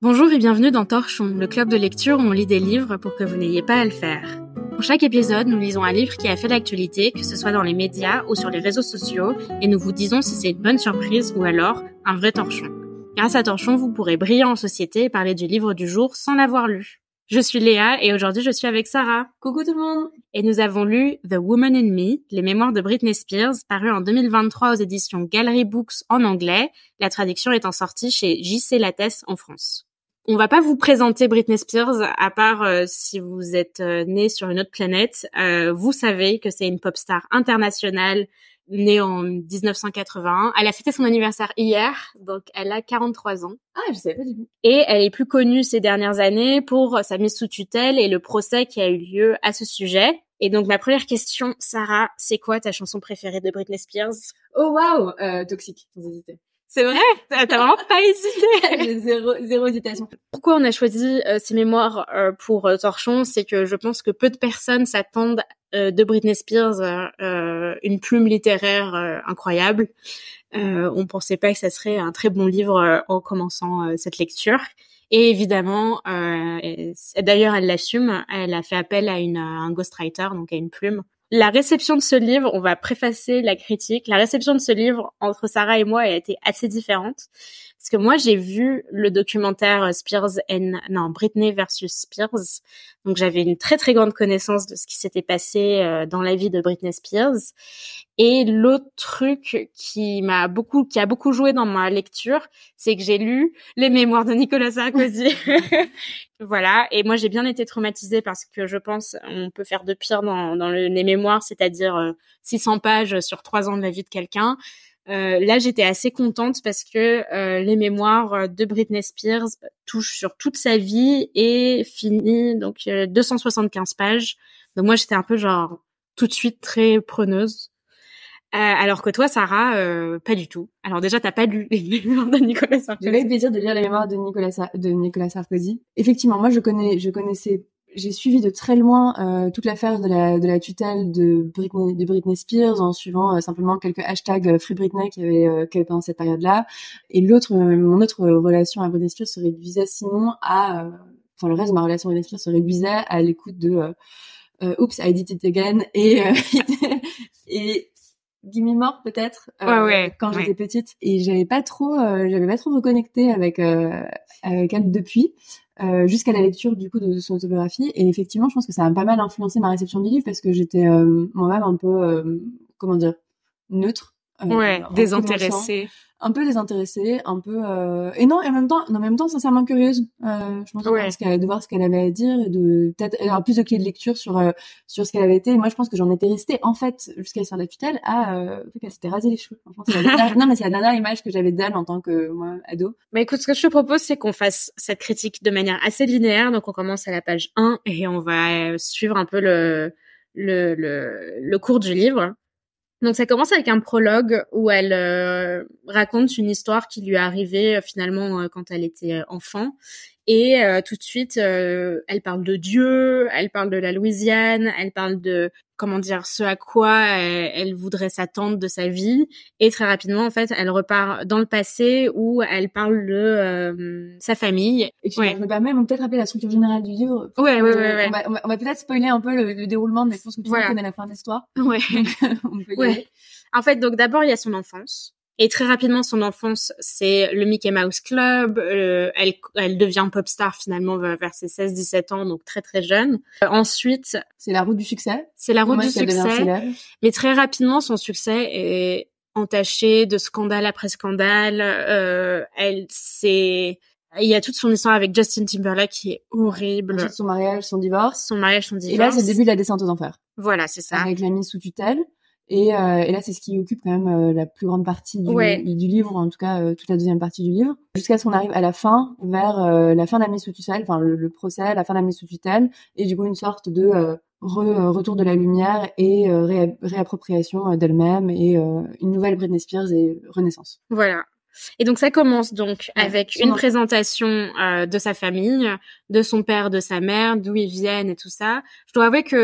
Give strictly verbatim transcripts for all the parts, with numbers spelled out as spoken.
Bonjour et bienvenue dans Torchon, le club de lecture où on lit des livres pour que vous n'ayez pas à le faire. Pour chaque épisode, nous lisons un livre qui a fait l'actualité, que ce soit dans les médias ou sur les réseaux sociaux, et nous vous disons si c'est une bonne surprise ou alors un vrai torchon. Grâce à Torchon, vous pourrez briller en société et parler du livre du jour sans l'avoir lu. Je suis Léa et aujourd'hui je suis avec Sarah. Coucou tout le monde. Et nous avons lu The Woman in Me, les mémoires de Britney Spears, paru en deux mille vingt-trois aux éditions Gallery Books en anglais, la traduction étant sortie chez J C Lattès en France. On va pas vous présenter Britney Spears, à part euh, si vous êtes euh, né sur une autre planète. Euh, vous savez que c'est une pop star internationale, née en dix-neuf cent quatre-vingt-un. Elle a fêté son anniversaire hier, donc elle a quarante-trois ans. Ah, je savais pas du tout. Et elle est plus connue ces dernières années pour sa mise sous tutelle et le procès qui a eu lieu à ce sujet. Et donc ma première question, Sarah, c'est quoi ta chanson préférée de Britney Spears? Oh waouh, euh, Toxique, sans hésiter. C'est vrai? T'as vraiment pas hésité? J'ai zéro, zéro hésitation. Pourquoi on a choisi euh, ces mémoires euh, pour euh, Torchon? C'est que je pense que peu de personnes s'attendent euh, de Britney Spears euh, une plume littéraire euh, incroyable. Euh, on pensait pas que ça serait un très bon livre euh, en commençant euh, cette lecture. Et évidemment, euh, et, d'ailleurs elle l'assume, elle a fait appel à, une, à un ghostwriter, donc à une plume. La réception de ce livre, on va préfacer la critique, la réception de ce livre entre Sarah et moi a été assez différente. Parce que moi, j'ai vu le documentaire Spears and... Non, Britney versus Spears. Donc, j'avais une très, très grande connaissance de ce qui s'était passé euh, dans la vie de Britney Spears. Et l'autre truc qui m'a beaucoup, qui a beaucoup joué dans ma lecture, c'est que j'ai lu les mémoires de Nicolas Sarkozy. Voilà. Et moi, j'ai bien été traumatisée parce que je pense on peut faire de pire dans, dans le, les mémoires, c'est-à-dire euh, six cents pages sur trois ans de la vie de quelqu'un. Euh, là, j'étais assez contente parce que euh, les mémoires de Britney Spears touchent sur toute sa vie et finit donc euh, deux cent soixante-quinze pages. Donc moi, j'étais un peu genre tout de suite très preneuse. Euh, alors que toi, Sarah, euh, pas du tout. Alors déjà, t'as pas lu les mémoires de Nicolas Sarkozy. J'avais le plaisir de lire les mémoires de Nicolas, Sa- de Nicolas Sarkozy. Effectivement, moi, je connais, je connaissais, j'ai suivi de très loin euh, toute l'affaire de la, de la tutelle de Britney, de Britney Spears en suivant euh, simplement quelques hashtags euh, Free Britney qu'il y avait, euh, qu'il y avait pendant cette période-là. Et l'autre, euh, mon autre relation à Britney Spears se réduisait sinon à, euh, enfin le reste de ma relation à Britney Spears se réduisait à l'écoute de euh, euh, Oops, I Did It Again et euh, et Gimme More peut-être euh, ouais, ouais, quand ouais. j'étais petite et j'avais pas trop euh, j'avais pas trop reconnecté avec euh, avec elle depuis euh, jusqu'à la lecture du coup de, de son autobiographie et effectivement je pense que ça a pas mal influencé ma réception du livre parce que j'étais euh, moi-même un peu euh, comment dire neutre euh, ouais en désintéressée un peu désintéressée, un peu euh... et non et en même temps en même temps sincèrement curieuse. Euh, je pense ouais. qu'elle de voir ce qu'elle avait à dire et de peut-être avoir plus de clés de lecture sur euh, sur ce qu'elle avait été. Et moi je pense que j'en étais restée en fait jusqu'à la fin de la tutelle à euh, qu'elle s'était rasé les cheveux. Franchement, c'est la dernière... non mais c'est la dernière image que j'avais d'elle en tant que moi ado. Bah écoute, ce que je te propose, c'est qu'on fasse cette critique de manière assez linéaire. Donc on commence à la page un et on va suivre un peu le le le, le cours du livre. Donc ça commence avec un prologue où elle euh, raconte une histoire qui lui est arrivée euh, finalement euh, quand elle était euh, enfant. Et euh, tout de suite, euh, elle parle de Dieu, elle parle de la Louisiane, elle parle de, comment dire, ce à quoi elle, elle voudrait s'attendre de sa vie. Et très rapidement, en fait, elle repart dans le passé où elle parle de euh, sa famille. Et puis, ouais. je me permets, on peut peut-être rappeler la structure générale du livre. Ouais, ouais, ouais, ouais. On va, on va, on va peut-être spoiler un peu le, le déroulement, mais je pense que tu voilà. connais la fin de l'histoire. Ouais. Donc, on peut y ouais. aller. En fait, donc d'abord, il y a son enfance. Et très rapidement, son enfance, c'est le Mickey Mouse Club. Euh, elle, elle devient pop star finalement vers ses seize dix-sept ans, donc très très jeune. Euh, ensuite, c'est la route du succès. C'est la route du succès. Mais très rapidement, son succès est entaché de scandale après scandale. Euh, elle, c'est, il y a toute son histoire avec Justin Timberlake qui est horrible. Ensuite, son mariage, son divorce. Son mariage, son divorce. Et là, c'est le début de la descente aux enfers. Voilà, c'est ça. Avec la mise sous tutelle. Et, euh, et là, c'est ce qui occupe quand même euh, la plus grande partie du, ouais. du livre, en tout cas euh, toute la deuxième partie du livre, jusqu'à ce qu'on arrive à la fin, vers euh, la fin de la mise sous tutelle, enfin le, le procès, la fin de la mise sous tutelle, et du coup une sorte de euh, re, euh, retour de la lumière et euh, ré, réappropriation euh, d'elle-même et euh, une nouvelle Britney Spears et renaissance. Voilà. Et donc ça commence donc ouais, avec une nom. présentation euh, de sa famille, de son père, de sa mère, d'où ils viennent et tout ça. Je dois avouer que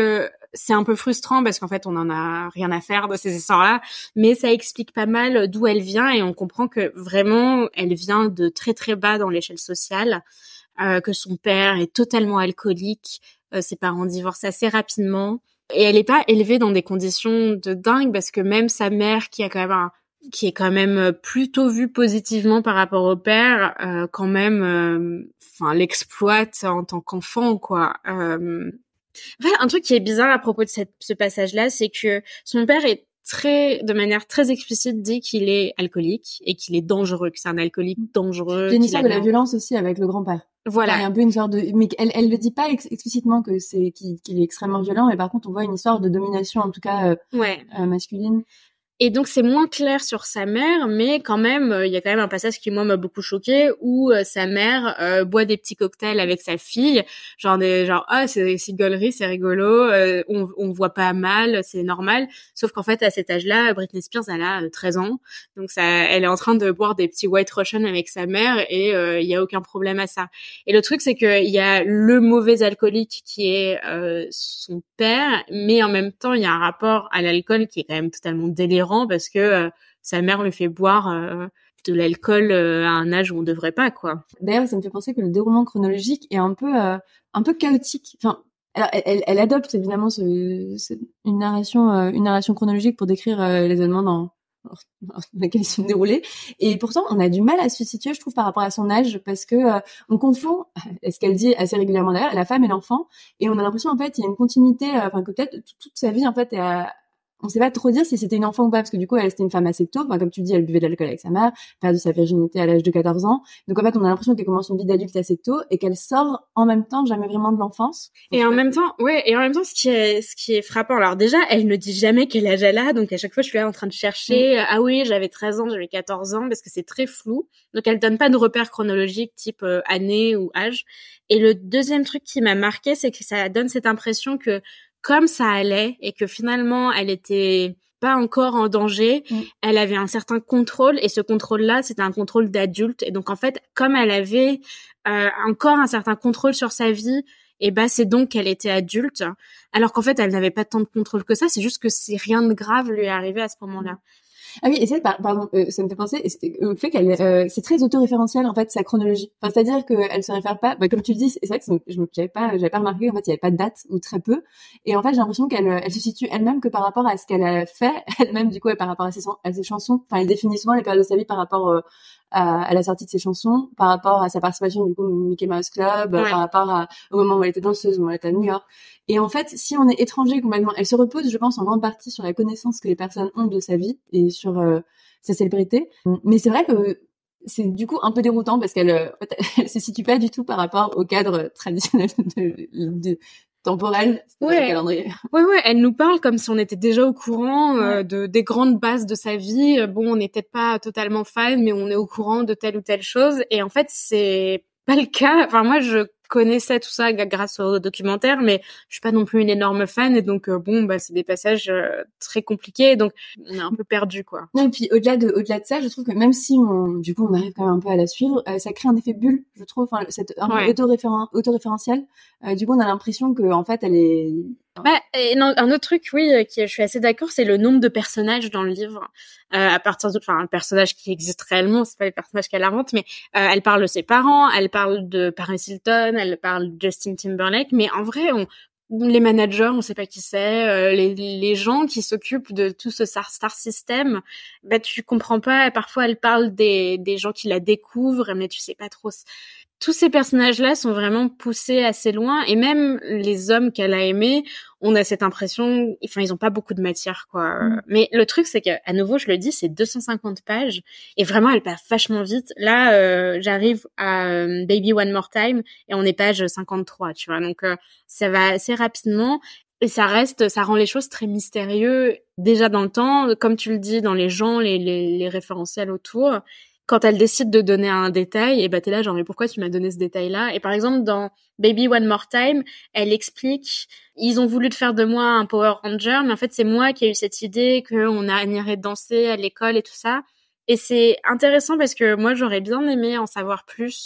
c'est un peu frustrant parce qu'en fait, on en a rien à faire de ces histoires-là, mais ça explique pas mal d'où elle vient et on comprend que vraiment, elle vient de très très bas dans l'échelle sociale, euh, que son père est totalement alcoolique, euh, ses parents divorcent assez rapidement et elle est pas élevée dans des conditions de dingue parce que même sa mère qui a quand même un qui est quand même plutôt vue positivement par rapport au père, euh, quand même, enfin, euh, l'exploite en tant qu'enfant, quoi. Euh... Enfin, un truc qui est bizarre à propos de cette, ce passage-là, c'est que son père est très, de manière très explicite, dit qu'il est alcoolique et qu'il est dangereux, que c'est un alcoolique dangereux. Il y a une histoire de la violence aussi avec le grand-père. Voilà. Enfin, il y a un peu une sorte de, mais elle, elle le dit pas ex- explicitement que c'est qu'il, qu'il est extrêmement violent, mais par contre, on voit une histoire de domination, en tout cas, euh, ouais. euh, masculine. Et donc c'est moins clair sur sa mère, mais quand même, il euh, y a quand même un passage qui moi m'a beaucoup choqué où euh, sa mère euh, boit des petits cocktails avec sa fille, genre des genre ah c'est c'est gaulerie, c'est rigolo, euh, on on voit pas mal, c'est normal. Sauf qu'en fait à cet âge-là, Britney Spears elle a treize ans, donc ça, elle est en train de boire des petits White Russian avec sa mère et il euh, y a aucun problème à ça. Et le truc c'est que il y a le mauvais alcoolique qui est euh, son père, mais en même temps il y a un rapport à l'alcool qui est quand même totalement délirant parce que euh, sa mère lui fait boire euh, de l'alcool euh, à un âge où on devrait pas, quoi. D'ailleurs, ça me fait penser que le déroulement chronologique est un peu euh, un peu chaotique. Enfin, alors, elle, elle, elle adopte évidemment ce, ce, une narration euh, une narration chronologique pour décrire euh, les événements dans dans lesquels ils sont déroulés. Et pourtant, on a du mal à se situer, je trouve, par rapport à son âge, parce que euh, on confond, ce qu'elle dit assez régulièrement d'ailleurs, la femme et l'enfant, et on a l'impression en fait il y a une continuité, enfin euh, que peut-être toute, toute sa vie en fait est à, on sait pas trop dire si c'était une enfant ou pas, parce que du coup, elle, c'était une femme assez tôt. Enfin, comme tu dis, elle buvait de l'alcool avec sa mère, perdu sa virginité à l'âge de quatorze ans. Donc, en fait, on a l'impression qu'elle commence une vie d'adulte assez tôt et qu'elle sort en même temps jamais vraiment de l'enfance. Et en même temps, ouais, et en même temps, ce qui est, ce qui est frappant, alors déjà, elle ne dit jamais quel âge elle a, donc à chaque fois, je suis là en train de chercher, mmh. ah oui, j'avais treize ans, j'avais quatorze ans, parce que c'est très flou. Donc, elle donne pas de repères chronologiques type euh, année ou âge. Et le deuxième truc qui m'a marqué, c'est que ça donne cette impression que, comme ça allait, et que finalement, elle était pas encore en danger, mmh. elle avait un certain contrôle et ce contrôle-là, c'était un contrôle d'adulte. Et donc, en fait, comme elle avait euh, encore un certain contrôle sur sa vie, et bah c'est donc qu'elle était adulte, alors qu'en fait, elle n'avait pas tant de contrôle que ça, c'est juste que si rien de grave lui est arrivé à ce moment-là. Ah oui, et c'est pardon, euh, ça me fait penser au fait qu'elle euh, c'est très autoréférentiel en fait sa chronologie. Enfin, c'est-à-dire que elle se réfère pas, bah, comme tu le dis, c'est vrai que je j'avais pas j'avais pas remarqué en fait, il y avait pas de date ou très peu. Et en fait, j'ai l'impression qu'elle elle se situe elle-même que par rapport à ce qu'elle a fait elle-même du coup et par rapport à ses à ses chansons. Enfin, elle définit souvent les périodes de sa vie par rapport euh, à, à la sortie de ses chansons, par rapport à sa participation du coup au Mickey Mouse Club, ouais. par rapport à, au moment où elle était danseuse, au moment où elle était à New York. Et en fait, si on est étranger complètement, elle se repose, je pense, en grande partie sur la connaissance que les personnes ont de sa vie et sur euh, sa célébrité. Mais c'est vrai que c'est du coup un peu déroutant parce qu'elle euh, en fait, elle se situe pas du tout par rapport au cadre traditionnel de, de temporel ouais. du calendrier. Ouais, ouais, elle nous parle comme si on était déjà au courant euh, ouais. de des grandes bases de sa vie. Bon, on n'est peut-être pas totalement fan, mais on est au courant de telle ou telle chose. Et en fait, c'est pas le cas. Enfin, moi, je connaissais tout ça grâce au documentaire, mais je suis pas non plus une énorme fan. Et donc, euh, bon, bah, c'est des passages euh, très compliqués. Donc, on est un peu perdu, quoi. Non, et puis au-delà de au-delà de ça, je trouve que même si on, du coup, on arrive quand même un peu à la suivre, euh, ça crée un effet bulle, je trouve, enfin, cette un ouais. peu autoréférent, autoréférentiel. Euh, du coup, on a l'impression que en fait, elle est Bah, et non, un autre truc, oui, qui je suis assez d'accord, c'est le nombre de personnages dans le livre. Euh, à partir de, enfin, un personnage qui existe réellement, c'est pas les personnages qu'elle invente, mais euh, elle parle de ses parents, elle parle de Paris Hilton, elle parle de Justin Timberlake, mais en vrai, on, les managers, on sait pas qui c'est, euh, les, les gens qui s'occupent de tout ce star, star system, bah tu comprends pas. Parfois, elle parle des des gens qui la découvrent, mais tu sais pas trop. Tous ces personnages-là sont vraiment poussés assez loin, et même les hommes qu'elle a aimés, on a cette impression, enfin, ils ont pas beaucoup de matière, quoi. Mm. Mais le truc, c'est que, à nouveau, je le dis, c'est deux cent cinquante pages, et vraiment, elle passe vachement vite. Là, euh, j'arrive à euh, Baby One More Time, et on est page cinquante-trois, tu vois. Donc, euh, ça va assez rapidement. Et ça reste, ça rend les choses très mystérieuses, déjà dans le temps, comme tu le dis, dans les gens, les, les, les référentiels autour. Quand elle décide de donner un détail, et bah t'es là genre mais pourquoi tu m'as donné ce détail-là? Et par exemple dans Baby One More Time, elle explique ils ont voulu te faire de moi un Power Ranger, mais en fait c'est moi qui ai eu cette idée qu'on a irait danser à l'école et tout ça. Et c'est intéressant parce que moi j'aurais bien aimé en savoir plus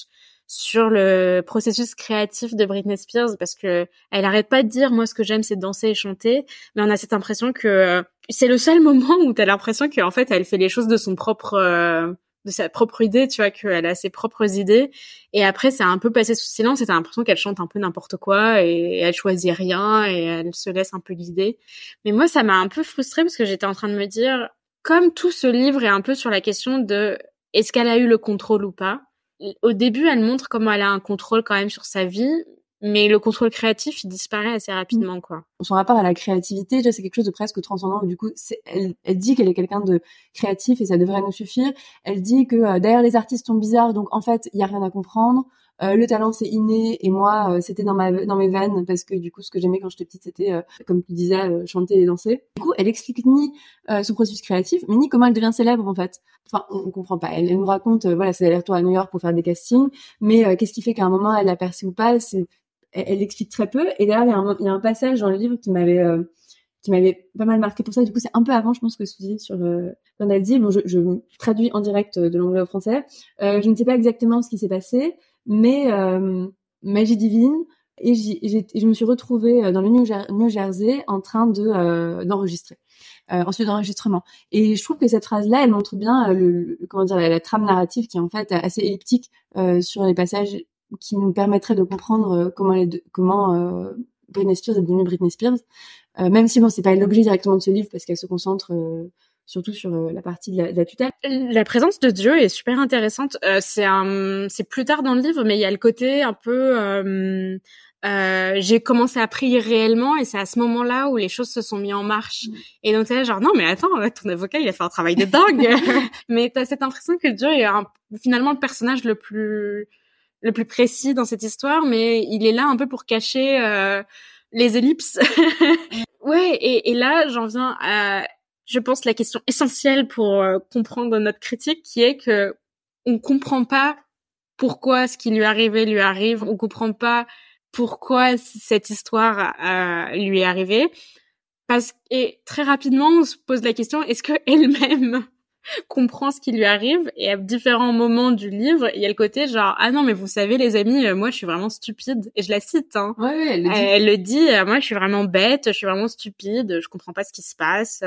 sur le processus créatif de Britney Spears, parce que elle arrête pas de dire moi ce que j'aime c'est danser et chanter, mais on a cette impression que c'est le seul moment où t'as l'impression qu'en fait elle fait les choses de son propre euh, de sa propre idée, tu vois, qu'elle a ses propres idées, et après c'est un peu passé sous silence et t'as l'impression qu'elle chante un peu n'importe quoi et elle choisit rien et elle se laisse un peu guider. Mais moi ça m'a un peu frustrée parce que j'étais en train de me dire, comme tout ce livre est un peu sur la question de est-ce qu'elle a eu le contrôle ou pas. Au début, elle montre comment elle a un contrôle quand même sur sa vie, mais le contrôle créatif, il disparaît assez rapidement, quoi. Son rapport à la créativité, déjà, c'est quelque chose de presque transcendant. Du coup, c'est, elle, elle dit qu'elle est quelqu'un de créatif et ça devrait nous suffire. Elle dit que euh, d'ailleurs les artistes sont bizarres, donc en fait, il y a rien à comprendre. Euh, le talent c'est inné et moi euh, c'était dans ma dans mes veines parce que du coup ce que j'aimais quand j'étais petite c'était euh, comme tu disais euh, chanter et danser. Du coup elle explique ni euh, son processus créatif mais ni comment elle devient célèbre en fait. Enfin on, on comprend pas. Elle, elle nous raconte euh, voilà c'est aller-retour à New York pour faire des castings mais euh, qu'est-ce qui fait qu'à un moment elle l'a percé ou pas, c'est elle, elle explique très peu. Et là il y a un il y a un passage dans le livre qui m'avait euh, qui m'avait pas mal marqué pour ça. Du coup c'est un peu avant je pense que Suzy sur euh, quand elle dit bon je, je traduis en direct de l'anglais au français. Euh, je ne sais pas exactement ce qui s'est passé. Mais euh, magie divine et j'ai, j'ai, je me suis retrouvée dans le New, Jer- New Jersey en train de euh, d'enregistrer euh, ensuite d'enregistrement et je trouve que cette phrase là elle montre bien euh, le, le comment dire la, la trame narrative qui est en fait assez elliptique euh, sur les passages qui nous permettraient de comprendre euh, comment les deux, comment euh, Britney Spears est devenue Britney Spears euh, même si bon c'est pas l'objet directement de ce livre parce qu'elle se concentre euh, surtout sur euh, la partie de la, de la tutelle. La présence de Dieu est super intéressante. Euh, c'est un, c'est plus tard dans le livre, mais il y a le côté un peu. Euh, euh, j'ai commencé à prier réellement, et c'est à ce moment-là où les choses se sont mises en marche. Mmh. Et donc t'es là genre non, mais attends, ton avocat il a fait un travail de dingue. Mais t'as cette impression que Dieu est un, finalement le personnage le plus le plus précis dans cette histoire, mais il est là un peu pour cacher euh, les ellipses. Ouais, et, et là j'en viens à je pense la question essentielle pour euh, comprendre notre critique, qui est que on comprend pas pourquoi ce qui lui est arrivé lui arrive, on comprend pas pourquoi cette histoire euh, lui est arrivée, parce et très rapidement on se pose la question, est-ce que elle-même comprend ce qui lui arrive? Et à différents moments du livre, il y a le côté genre ah non mais vous savez les amis, moi je suis vraiment stupide, et je la cite hein. Ouais, ouais, elle le dit. Elle le dit, moi je suis vraiment bête, je suis vraiment stupide, je comprends pas ce qui se passe.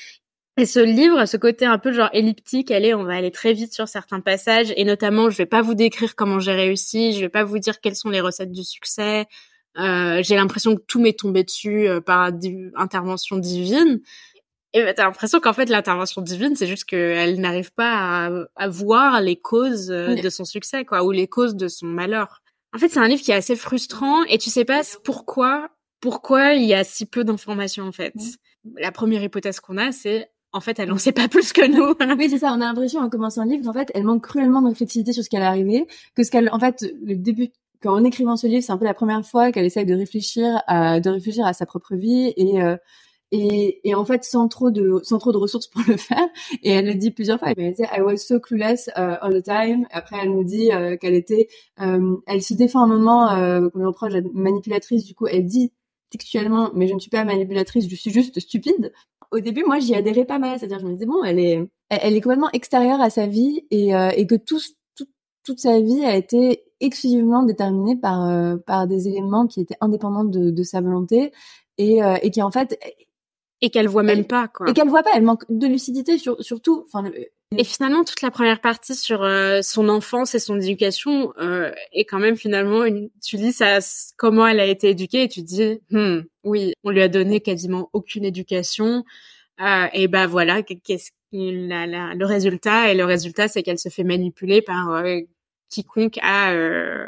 Et ce livre, ce côté un peu genre elliptique, allez, on va aller très vite sur certains passages, et notamment, je vais pas vous décrire comment j'ai réussi, je vais pas vous dire quelles sont les recettes du succès. Euh, j'ai l'impression que tout m'est tombé dessus euh, par di- intervention divine. Et ben, t'as l'impression qu'en fait, l'intervention divine, c'est juste qu'elle n'arrive pas à, à voir les causes euh, de son succès, quoi, ou les causes de son malheur. En fait, c'est un livre qui est assez frustrant, et tu sais pas pourquoi, pourquoi il y a si peu d'informations, en fait. La première hypothèse qu'on a, c'est en fait, elle en sait pas plus que nous. Oui, c'est ça. On a l'impression, en commençant le livre, qu'en fait, elle manque cruellement de réflexivité sur ce qu'elle est arrivé, que ce qu'elle, en fait, le début, quand en écrivant ce livre, c'est un peu la première fois qu'elle essaye de réfléchir à, de réfléchir à sa propre vie et, euh, et, et en fait, sans trop de, sans trop de ressources pour le faire. Et elle le dit plusieurs fois. Elle dit, I was so clueless uh, all the time. Après, elle nous dit euh, qu'elle était, euh, elle se défend un moment, euh, qu'on lui reproche d'être manipulatrice. Du coup, elle dit textuellement, mais je ne suis pas manipulatrice, je suis juste stupide. Au début, moi, j'y adhérais pas mal. C'est-à-dire, je me disais, bon, elle est, elle, elle est complètement extérieure à sa vie et, euh, et que tout, tout, toute sa vie a été exclusivement déterminée par, euh, par des éléments qui étaient indépendants de, de sa volonté et, euh, et qui, en fait... Et qu'elle voit même elle, pas, quoi. Et qu'elle voit pas. Elle manque de lucidité sur, sur tout. Enfin, le... Et finalement, toute la première partie sur euh, son enfance et son éducation euh, est quand même finalement une... Tu lis ça, comment elle a été éduquée et tu te dis, hmm, oui, on lui a donné quasiment aucune éducation. Euh, et ben voilà, qu'est-ce la, la, le résultat et le résultat, c'est qu'elle se fait manipuler par euh, quiconque a euh,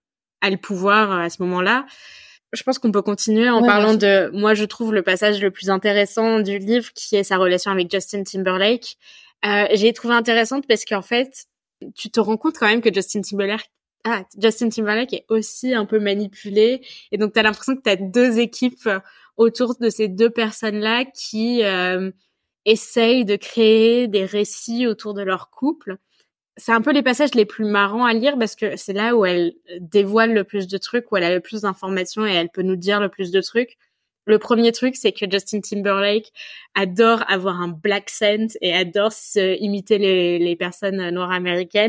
a le pouvoir à ce moment-là. Je pense qu'on peut continuer en ouais, parlant de, moi je trouve le passage le plus intéressant du livre, qui est sa relation avec Justin Timberlake. Euh, j'ai trouvé intéressante parce qu'en fait, tu te rends compte quand même que Justin Timberlake, ah, Justin Timberlake est aussi un peu manipulé, et donc t'as l'impression que t'as deux équipes autour de ces deux personnes-là qui euh, essayent de créer des récits autour de leur couple. C'est un peu les passages les plus marrants à lire parce que c'est là où elle dévoile le plus de trucs, où elle a le plus d'informations et elle peut nous dire le plus de trucs. Le premier truc, c'est que Justin Timberlake adore avoir un black scent et adore se imiter les, les personnes noires américaines.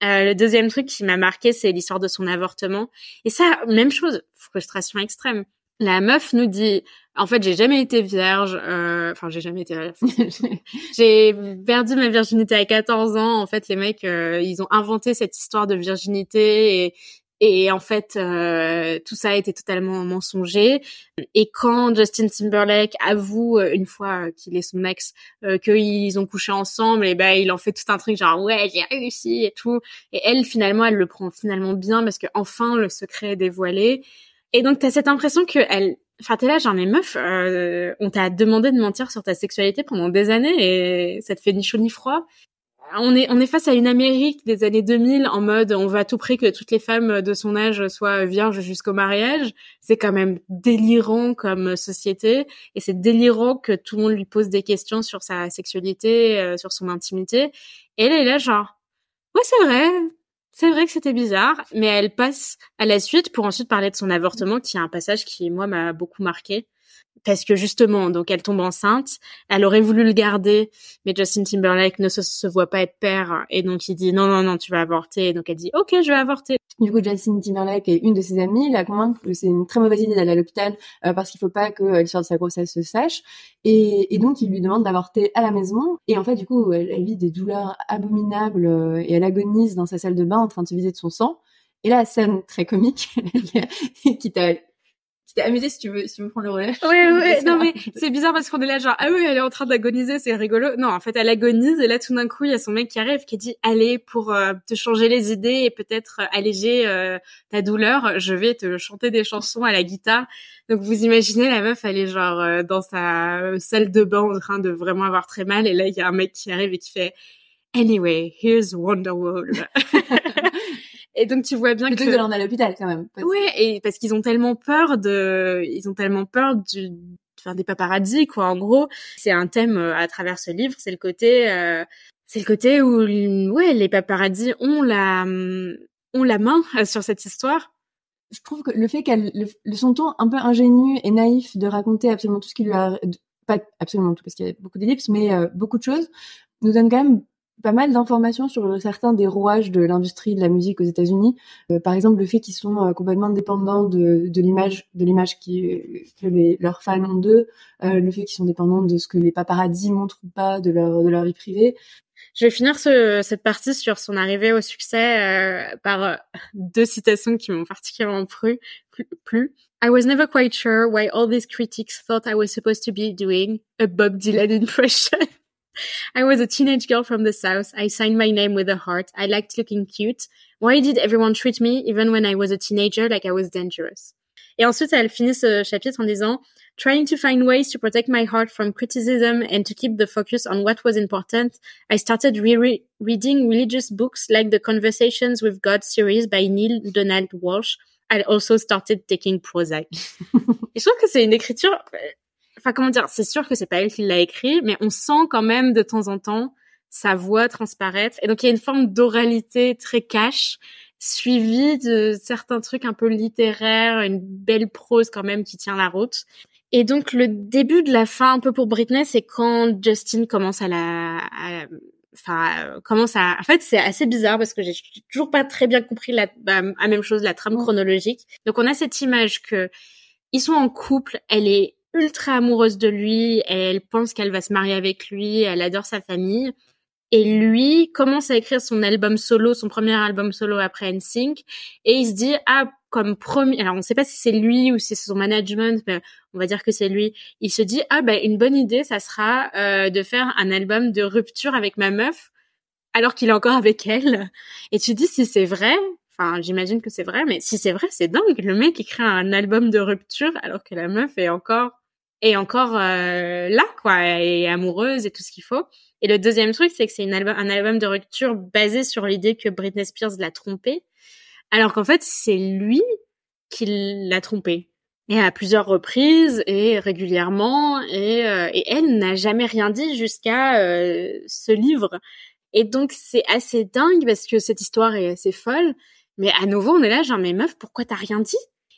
Euh, le deuxième truc qui m'a marqué, c'est l'histoire de son avortement. Et ça, même chose, frustration extrême. La meuf nous dit, en fait, j'ai jamais été vierge. Euh... Enfin, j'ai jamais été. J'ai perdu ma virginité à quatorze ans. En fait, les mecs, euh, ils ont inventé cette histoire de virginité et et en fait, euh, tout ça a été totalement mensonger. Et quand Justin Timberlake avoue une fois qu'il est son ex, euh, qu'ils ont couché ensemble, et ben il en fait tout un truc genre ouais j'ai réussi et tout. Et elle finalement, elle le prend finalement bien parce que enfin le secret est dévoilé. Et donc t'as cette impression que elle, enfin t'es là genre mais meuf, euh, on t'a demandé de mentir sur ta sexualité pendant des années et ça te fait ni chaud ni froid. On est, on est face à une Amérique des années deux mille en mode on va à tout prix que toutes les femmes de son âge soient vierges jusqu'au mariage. C'est quand même délirant comme société et c'est délirant que tout le monde lui pose des questions sur sa sexualité, euh, sur son intimité. Et elle est là genre ouais c'est vrai, c'est vrai que c'était bizarre, mais elle passe à la suite pour ensuite parler de son avortement qui est un passage qui moi m'a beaucoup marqué. Parce que justement, donc elle tombe enceinte, elle aurait voulu le garder, mais Justin Timberlake ne se, se voit pas être père, et donc il dit non, non, non, tu vas avorter, et donc elle dit ok, je vais avorter. Du coup, Justin Timberlake et une de ses amies la convainc que c'est une très mauvaise idée d'aller à l'hôpital euh, parce qu'il faut pas que l'histoire de sa grossesse se sache, et, et donc il lui demande d'avorter à la maison, et en fait, du coup, elle, elle vit des douleurs abominables euh, et elle agonise dans sa salle de bain en train de se vider de son sang, et là, scène très comique qui t'a Tu t'es amusé si tu veux, si tu veux prendre le relais. Ouais, ouais, non mais c'est bizarre parce qu'on est là genre, ah oui, elle est en train d'agoniser, c'est rigolo. Non, en fait, elle agonise et là, tout d'un coup, il y a son mec qui arrive qui dit, allez, pour euh, te changer les idées et peut-être euh, alléger euh, ta douleur, je vais te chanter des chansons à la guitare. Donc, vous imaginez, la meuf, elle est genre euh, dans sa salle de bain en train de vraiment avoir très mal et là, il y a un mec qui arrive et qui fait, anyway, here's Wonderwall. Et donc tu vois bien plutôt que que de l'emmener à l'hôpital quand même. Ouais, et parce qu'ils ont tellement peur de ils ont tellement peur du enfin des paparazzis quoi en gros. C'est un thème à travers ce livre, c'est le côté euh, c'est le côté où ouais, les paparazzis ont la ont la main sur cette histoire. Je trouve que le fait qu'elle le, le son ton un peu ingénu et naïf de raconter absolument tout ce qui lui a pas absolument tout parce qu'il y a beaucoup d'ellipses mais euh, beaucoup de choses nous donne quand même pas mal d'informations sur certains des rouages de l'industrie de la musique aux États-Unis. Euh, par exemple, le fait qu'ils sont euh, complètement dépendants de, de l'image, de l'image qui, que les, leurs fans ont d'eux, euh, le fait qu'ils sont dépendants de ce que les paparazzis montrent ou pas de leur, de leur vie privée. Je vais finir ce, cette partie sur son arrivée au succès euh, par euh, deux citations qui m'ont particulièrement plu, plu. I was never quite sure why all these critics thought I was supposed to be doing a Bob Dylan impression. I was a teenage girl from the South. I signed my name with a heart. I liked looking cute. Why did everyone treat me, even when I was a teenager, like I was dangerous? Et ensuite, elle finit ce chapitre en disant, trying to find ways to protect my heart from criticism and to keep the focus on what was important, I started re- reading religious books like the Conversations with God series by Neil Donald Walsh. I also started taking Prozac. Et je trouve que c'est une écriture... Enfin, comment dire, c'est sûr que c'est pas elle qui l'a écrit, mais on sent quand même de temps en temps sa voix transparaître. Et donc, il y a une forme d'oralité très cash, suivie de certains trucs un peu littéraires, une belle prose quand même qui tient la route. Et donc, le début de la fin, un peu pour Britney, c'est quand Justin commence à la... À, enfin, commence à... En fait, c'est assez bizarre parce que j'ai toujours pas très bien compris la, bah, la même chose, la trame chronologique. Donc, on a cette image que ils sont en couple, elle est ultra amoureuse de lui, elle pense qu'elle va se marier avec lui, elle adore sa famille. Et lui commence à écrire son album solo, son premier album solo après N Sync, et il se dit, ah, comme premier, alors on ne sait pas si c'est lui ou si c'est son management, mais on va dire que c'est lui, il se dit, ah, bah, une bonne idée, ça sera euh, de faire un album de rupture avec ma meuf, alors qu'il est encore avec elle. Et tu te dis, si c'est vrai, enfin, j'imagine que c'est vrai, mais si c'est vrai, c'est dingue, le mec écrit un album de rupture, alors que la meuf est encore... est encore euh, là, quoi, et amoureuse et tout ce qu'il faut. Et le deuxième truc, c'est que c'est une album, un album de rupture basé sur l'idée que Britney Spears l'a trompée, alors qu'en fait, c'est lui qui l'a trompée. Et à plusieurs reprises, et régulièrement, et, euh, et elle n'a jamais rien dit jusqu'à euh, ce livre. Et donc, c'est assez dingue, parce que cette histoire est assez folle, mais à nouveau, on est là, genre, mais meuf, pourquoi t'as rien dit ?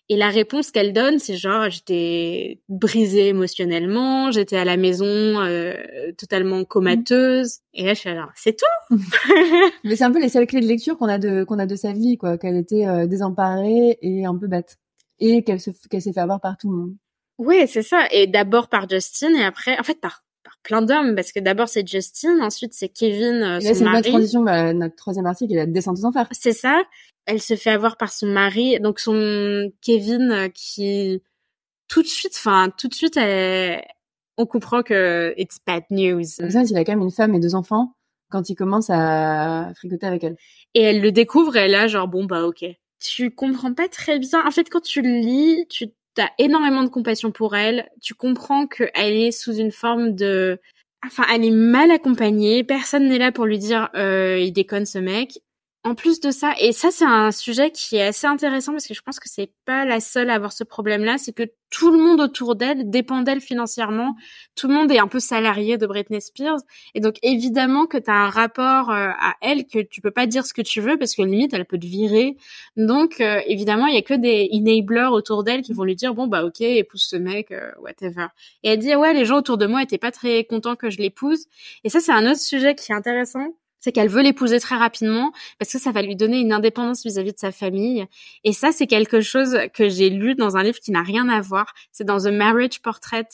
Et la réponse qu'elle donne, c'est genre, j'étais brisée émotionnellement, j'étais à la maison euh, totalement comateuse. Et là, je suis alors, c'est tout. Mais c'est un peu les seules clés de lecture qu'on a de qu'on a de sa vie, quoi, qu'elle était euh, désemparée et un peu bête, et qu'elle se qu'elle s'est fait avoir par tout le monde. Oui, c'est ça. Et d'abord par Justin, et après, en fait, par par plein d'hommes, parce que d'abord c'est Justin, ensuite c'est Kevin, euh, et là, son c'est une mari. bonne transition, bah, notre troisième article, est la descente aux enfers. C'est ça. Elle se fait avoir par son mari, donc son Kevin euh, qui tout de suite, enfin tout de suite, elle... on comprend que it's bad news. Donc ça, il a quand même une femme et deux enfants quand il commence à fricoter avec elle. Et elle le découvre, et elle a genre bon bah ok. Tu comprends pas très bien. En fait, quand tu le lis, tu as énormément de compassion pour elle. Tu comprends qu'elle est sous une forme de, enfin, elle est mal accompagnée. Personne n'est là pour lui dire euh, il déconne ce mec. En plus de ça, et ça c'est un sujet qui est assez intéressant parce que je pense que c'est pas la seule à avoir ce problème-là, c'est que tout le monde autour d'elle dépend d'elle financièrement. Tout le monde est un peu salarié de Britney Spears, et donc évidemment que t'as un rapport euh, à elle que tu peux pas dire ce que tu veux parce que limite elle peut te virer. Donc euh, évidemment il y a que des enablers autour d'elle qui vont lui dire bon bah ok, épouse ce mec, euh, whatever. Et elle dit ouais, les gens autour de moi étaient pas très contents que je l'épouse. Et ça c'est un autre sujet qui est intéressant. C'est qu'elle veut l'épouser très rapidement parce que ça va lui donner une indépendance vis-à-vis de sa famille. Et ça, c'est quelque chose que j'ai lu dans un livre qui n'a rien à voir. C'est dans The Marriage Portrait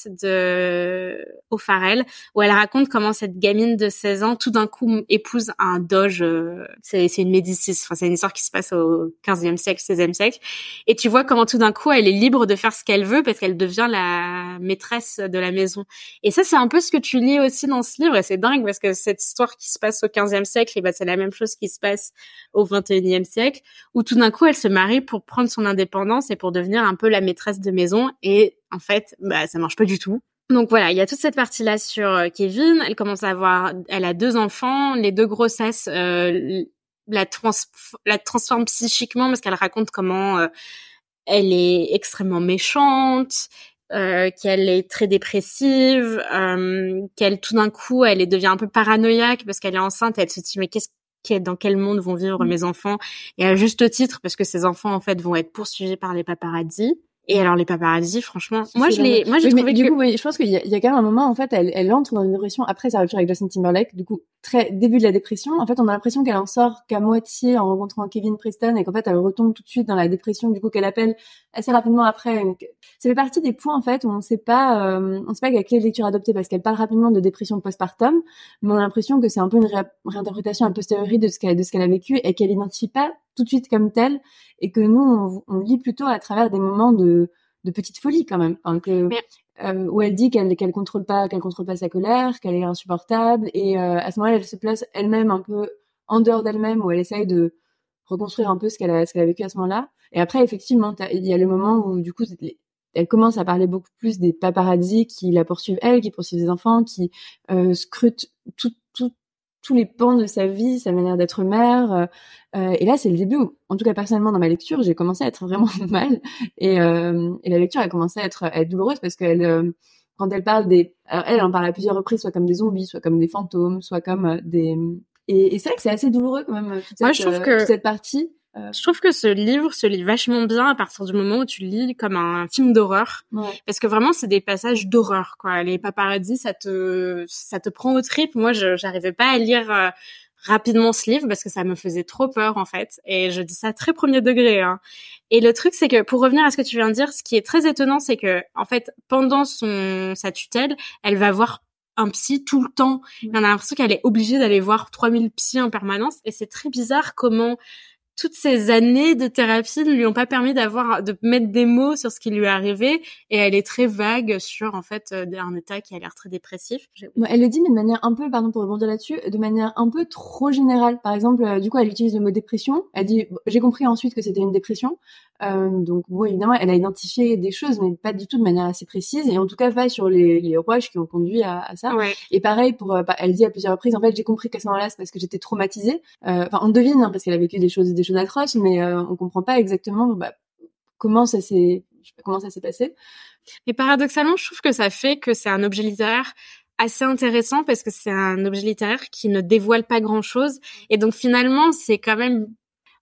de O'Farrell, où elle raconte comment cette gamine de seize ans, tout d'un coup, épouse un doge. Euh, c'est, c'est une Médicis. Enfin, c'est une histoire qui se passe au quinzième siècle, seizième siècle. Et tu vois comment tout d'un coup, elle est libre de faire ce qu'elle veut parce qu'elle devient la maîtresse de la maison. Et ça, c'est un peu ce que tu lis aussi dans ce livre. Et c'est dingue parce que cette histoire qui se passe au quinzième siècle, et ben c'est la même chose qui se passe au vingt et unième siècle, où tout d'un coup elle se marie pour prendre son indépendance et pour devenir un peu la maîtresse de maison, et en fait bah ça marche pas du tout. Donc voilà, il y a toute cette partie-là sur Kevin. Elle commence à avoir, elle a deux enfants, les deux grossesses euh, la trans la transforme psychiquement parce qu'elle raconte comment euh, elle est extrêmement méchante, Euh, qu'elle est très dépressive, euh, qu'elle tout d'un coup elle est, devient un peu paranoïaque parce qu'elle est enceinte et elle se dit mais qu'est-ce qu'est dans quel monde vont vivre mes enfants, et à juste titre parce que ces enfants en fait vont être poursuivis par les paparazzis. Et alors les paparazzis, franchement, moi je l'ai, moi j'ai oui, trouvé mais que du coup, oui, je pense qu'il y a, il y a quand même un moment en fait, elle, elle entre dans une dépression après sa rupture avec Justin Timberlake. Du coup, très début de la dépression, en fait, on a l'impression qu'elle en sort qu'à moitié en rencontrant Kevin Preston, et qu'en fait, elle retombe tout de suite dans la dépression. Du coup, qu'elle appelle assez rapidement après. Une... Ça fait partie des points en fait où on sait pas, euh, on sait pas quelle clé de lecture adopter parce qu'elle parle rapidement de dépression postpartum, mais on a l'impression que c'est un peu une ré- réinterprétation a posteriori de ce qu'elle de ce qu'elle a vécu et qu'elle identifie pas tout de suite comme telle, et que nous, on, on lit plutôt à travers des moments de de petite folie quand même, enfin, que, Mais... euh, où elle dit qu'elle qu'elle contrôle pas qu'elle contrôle pas sa colère, qu'elle est insupportable, et euh, à ce moment-là elle se place elle-même un peu en dehors d'elle-même, où elle essaye de reconstruire un peu ce qu'elle a ce qu'elle a vécu à ce moment-là. Et après effectivement il y a le moment où du coup elle commence à parler beaucoup plus des paparazzis qui la poursuivent elle, qui poursuivent ses enfants, qui euh, scrutent tout tout tous les pans de sa vie, sa manière d'être mère. Euh, et là, c'est le début où, en tout cas personnellement dans ma lecture, j'ai commencé à être vraiment mal. Et, euh, et la lecture a commencé à être, à être douloureuse parce qu'elle, euh, quand elle parle des... Alors elle en parle à plusieurs reprises, soit comme des zombies, soit comme des fantômes, soit comme euh, des... Et, et c'est vrai que c'est assez douloureux quand même, toute cette, Moi, je trouve euh, que... toute cette partie. Euh... Je trouve que ce livre se lit vachement bien à partir du moment où tu le lis comme un film d'horreur, ouais. Parce que vraiment c'est des passages d'horreur, quoi. Les paparazzis, ça te ça te prend aux tripes. Moi, je j'arrivais pas à lire euh, rapidement ce livre parce que ça me faisait trop peur en fait. Et je dis ça très premier degré. Hein. Et le truc, c'est que pour revenir à ce que tu viens de dire, ce qui est très étonnant, c'est que en fait pendant son sa tutelle, elle va voir un psy tout le temps. Et on a l'impression qu'elle est obligée d'aller voir trois mille psys en permanence. Et c'est très bizarre comment toutes ces années de thérapie ne lui ont pas permis d'avoir, de mettre des mots sur ce qui lui est arrivé, et elle est très vague sur, en fait, un état qui a l'air très dépressif. Ouais, elle le dit, mais de manière un peu, pardon pour rebondir là-dessus, de manière un peu trop générale. Par exemple, euh, du coup, elle utilise le mot dépression. Elle dit, j'ai compris ensuite que c'était une dépression. Euh, donc, bon, évidemment, elle a identifié des choses, mais pas du tout de manière assez précise, et en tout cas pas sur les, les rouages qui ont conduit à, à ça. Ouais. Et pareil, pour, euh, elle dit à plusieurs reprises, en fait, j'ai compris qu'à ce moment-là, c'est parce que j'étais traumatisée. Enfin, euh, on devine, hein, parce qu'elle a vécu des choses, des choses atroces, mais euh, on comprend pas exactement bah, comment ça s'est, je sais pas comment ça s'est passé. Et paradoxalement, je trouve que ça fait que c'est un objet littéraire assez intéressant parce que c'est un objet littéraire qui ne dévoile pas grand-chose, et donc finalement, c'est quand même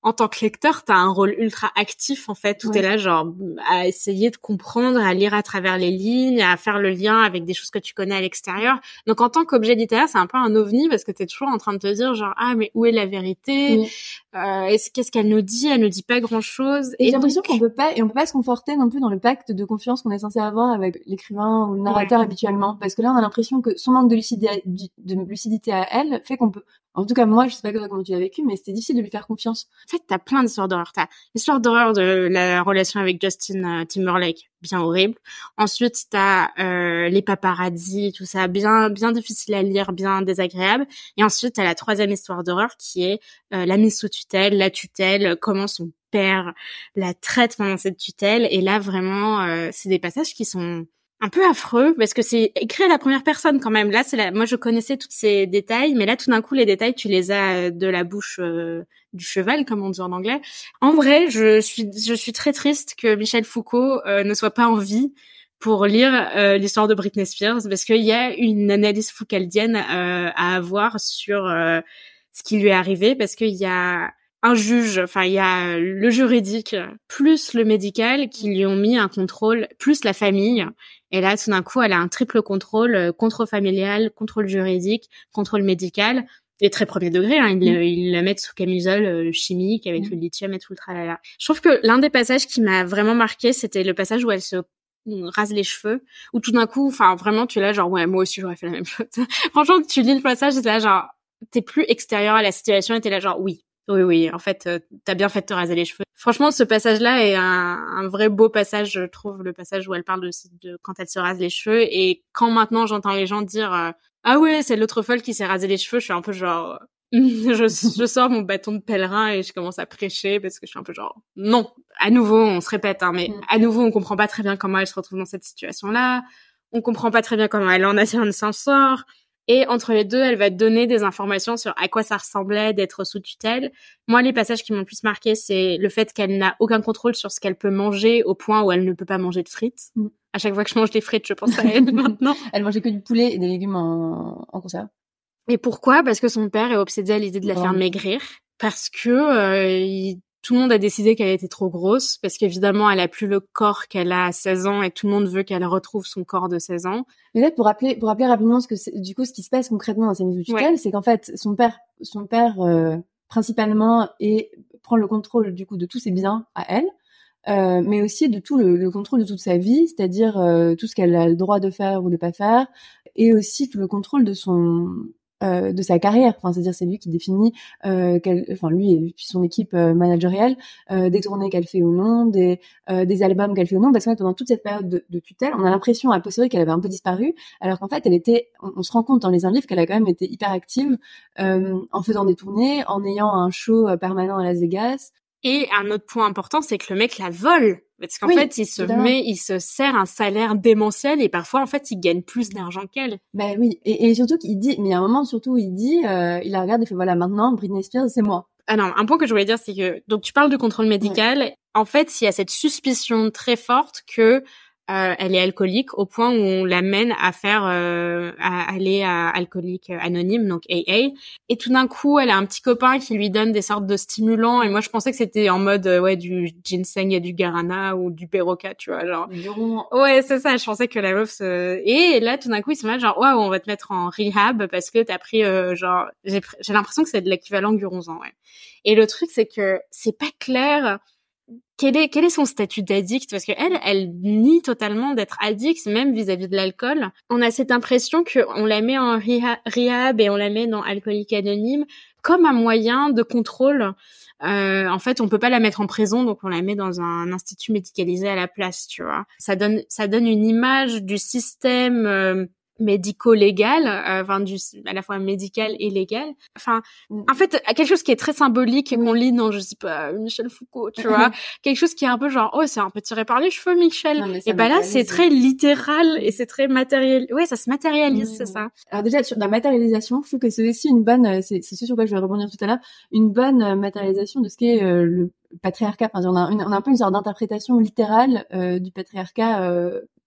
en tant que lecteur, t'as un rôle ultra actif, en fait, où Ouais. t'es là, genre, à essayer de comprendre, à lire à travers les lignes, à faire le lien avec des choses que tu connais à l'extérieur. Donc, en tant qu'objet littéraire, c'est un peu un ovni parce que t'es toujours en train de te dire, genre, ah, mais où est la vérité? Oui. Euh, est-ce, qu'est-ce qu'elle nous dit? Elle nous dit pas grand-chose. Et, Et j'ai l'impression donc, qu'on peut pas, et on peut pas se conforter non plus dans le pacte de confiance qu'on est censé avoir avec l'écrivain ou le narrateur Ouais. habituellement. Parce que là, on a l'impression que son manque de lucidité, de lucidité à elle fait qu'on peut, en tout cas, moi, je sais pas comment tu l'as vécu, mais c'était difficile de lui faire confiance. En fait, t'as plein d'histoires d'horreur. T'as l'histoire d'horreur de la relation avec Justin euh, Timberlake, bien horrible. Ensuite, t'as euh, les paparazzis, tout ça, bien bien difficile à lire, bien désagréable. Et ensuite, t'as la troisième histoire d'horreur qui est euh, la mise sous tutelle, la tutelle, comment son père la traite pendant cette tutelle. Et là, vraiment, euh, c'est des passages qui sont un peu affreux parce que c'est écrit à la première personne quand même. Là, c'est la... moi je connaissais tous ces détails, mais là tout d'un coup les détails tu les as de la bouche euh, du cheval, comme on dit en anglais. En vrai, je suis je suis très triste que Michel Foucault euh, ne soit pas en vie pour lire euh, l'histoire de Britney Spears parce qu'il y a une analyse foucaldienne euh, à avoir sur euh, ce qui lui est arrivé parce qu'il y a un juge, enfin il y a le juridique plus le médical qui lui ont mis un contrôle, plus la famille. Et là, tout d'un coup, elle a un triple contrôle, euh, contrôle familial, contrôle juridique, contrôle médical, et très premier degré. Hein, ils, mmh. ils la mettent sous camisole euh, chimique avec mmh. le lithium et tout le tralala. Je trouve que l'un des passages qui m'a vraiment marqué, c'était le passage où elle se rase les cheveux, où tout d'un coup, enfin vraiment, tu es là genre ouais, moi aussi j'aurais fait la même chose. Franchement, tu lis le passage, t'es là genre, t'es plus extérieur à la situation, et t'es là genre oui. Oui, oui, en fait, euh, t'as bien fait de te raser les cheveux. Franchement, ce passage-là est un, un vrai beau passage, je trouve, le passage où elle parle de, de quand elle se rase les cheveux. Et quand maintenant j'entends les gens dire euh, « Ah ouais, c'est l'autre folle qui s'est rasé les cheveux », je suis un peu genre... je, je sors mon bâton de pèlerin et je commence à prêcher parce que je suis un peu genre « Non ». À nouveau, on se répète, hein, mais mm. à nouveau, on comprend pas très bien comment elle se retrouve dans cette situation-là. On comprend pas très bien comment elle en a s'en sort. Et entre les deux, elle va te donner des informations sur à quoi ça ressemblait d'être sous tutelle. Moi, les passages qui m'ont le plus marqué, c'est le fait qu'elle n'a aucun contrôle sur ce qu'elle peut manger au point où elle ne peut pas manger de frites. Mm. À chaque fois que je mange des frites, je pense à elle maintenant. Elle mangeait que du poulet et des légumes en, en conserve. Et pourquoi ? Parce que son père est obsédé à l'idée de la bon. faire maigrir. Parce que euh, il... tout le monde a décidé qu'elle était trop grosse. Parce qu'évidemment, elle a plus le corps qu'elle a à seize ans et tout le monde veut qu'elle retrouve son corps de seize ans. Mais là, pour rappeler, pour rappeler rapidement ce que c'est, du coup, ce qui se passe concrètement dans ces mises sous tutelle, ouais. c'est qu'en fait, son père, son père euh, principalement et prend le contrôle du coup de tous ses biens à elle. Euh, mais aussi de tout le, le contrôle de toute sa vie, c'est-à-dire euh, tout ce qu'elle a le droit de faire ou de pas faire, et aussi tout le contrôle de son euh, de sa carrière. Enfin, c'est-à-dire c'est lui qui définit, euh, qu'elle, enfin lui et puis son équipe euh, managériale, euh, des tournées qu'elle fait ou non, des euh, des albums qu'elle fait ou non. Parce que pendant toute cette période de, de tutelle, on a l'impression à posteriori qu'elle avait un peu disparu, alors qu'en fait elle était, on, on se rend compte dans les livres qu'elle a quand même été hyper active euh, en faisant des tournées, en ayant un show permanent à Las Vegas. Et un autre point important, c'est que le mec la vole. Parce qu'en oui, fait, il se évidemment. met, il se sert un salaire démentiel et parfois, en fait, il gagne plus d'argent qu'elle. Ben oui. Et, et surtout qu'il dit, mais il y a un moment surtout où il dit, euh, il la regarde et fait voilà, maintenant, Britney Spears, c'est moi. Ah non, un point que je voulais dire, c'est que, donc tu parles du contrôle médical. Ouais. En fait, il y a cette suspicion très forte que, Euh, elle est alcoolique au point où on l'amène à faire euh, à aller à Alcoolique Anonyme, donc A A, et tout d'un coup elle a un petit copain qui lui donne des sortes de stimulants et moi je pensais que c'était en mode euh, ouais du ginseng et du guarana ou du Berocca, tu vois, genre ouais c'est ça, je pensais que la meuf se... et là tout d'un coup ils sont là genre waouh on va te mettre en rehab parce que t'as pris euh, genre j'ai j'ai l'impression que c'est de l'équivalent du Ronzan, ouais. Et le truc c'est que c'est pas clair Quel est, quel est son statut d'addict ? Parce que elle, elle nie totalement d'être addict, même vis-à-vis de l'alcool. On a cette impression qu'on la met en rehab et on la met dans Alcoolique Anonyme comme un moyen de contrôle. Euh, en fait, on peut pas la mettre en prison, donc on la met dans un institut médicalisé à la place, tu vois. Ça donne, ça donne une image du système euh, médico-légal, euh, enfin du à la fois médical et légal. Enfin, en fait, quelque chose qui est très symbolique et qu'on lit dans, je sais pas, Michel Foucault, tu vois, quelque chose qui est un peu genre, oh, c'est un peu tiré par les cheveux, Michel. Non, et bah là, c'est très littéral et c'est très matériel. Ouais, ça se matérialise, oui, c'est oui. ça. Alors déjà, sur la matérialisation, je trouve que c'est aussi une bonne, c'est, c'est ce sur quoi je vais rebondir tout à l'heure, une bonne matérialisation de ce qu'est euh, le patriarcat. Enfin, on a, une, on a un peu une sorte d'interprétation littérale euh, du patriarcat euh,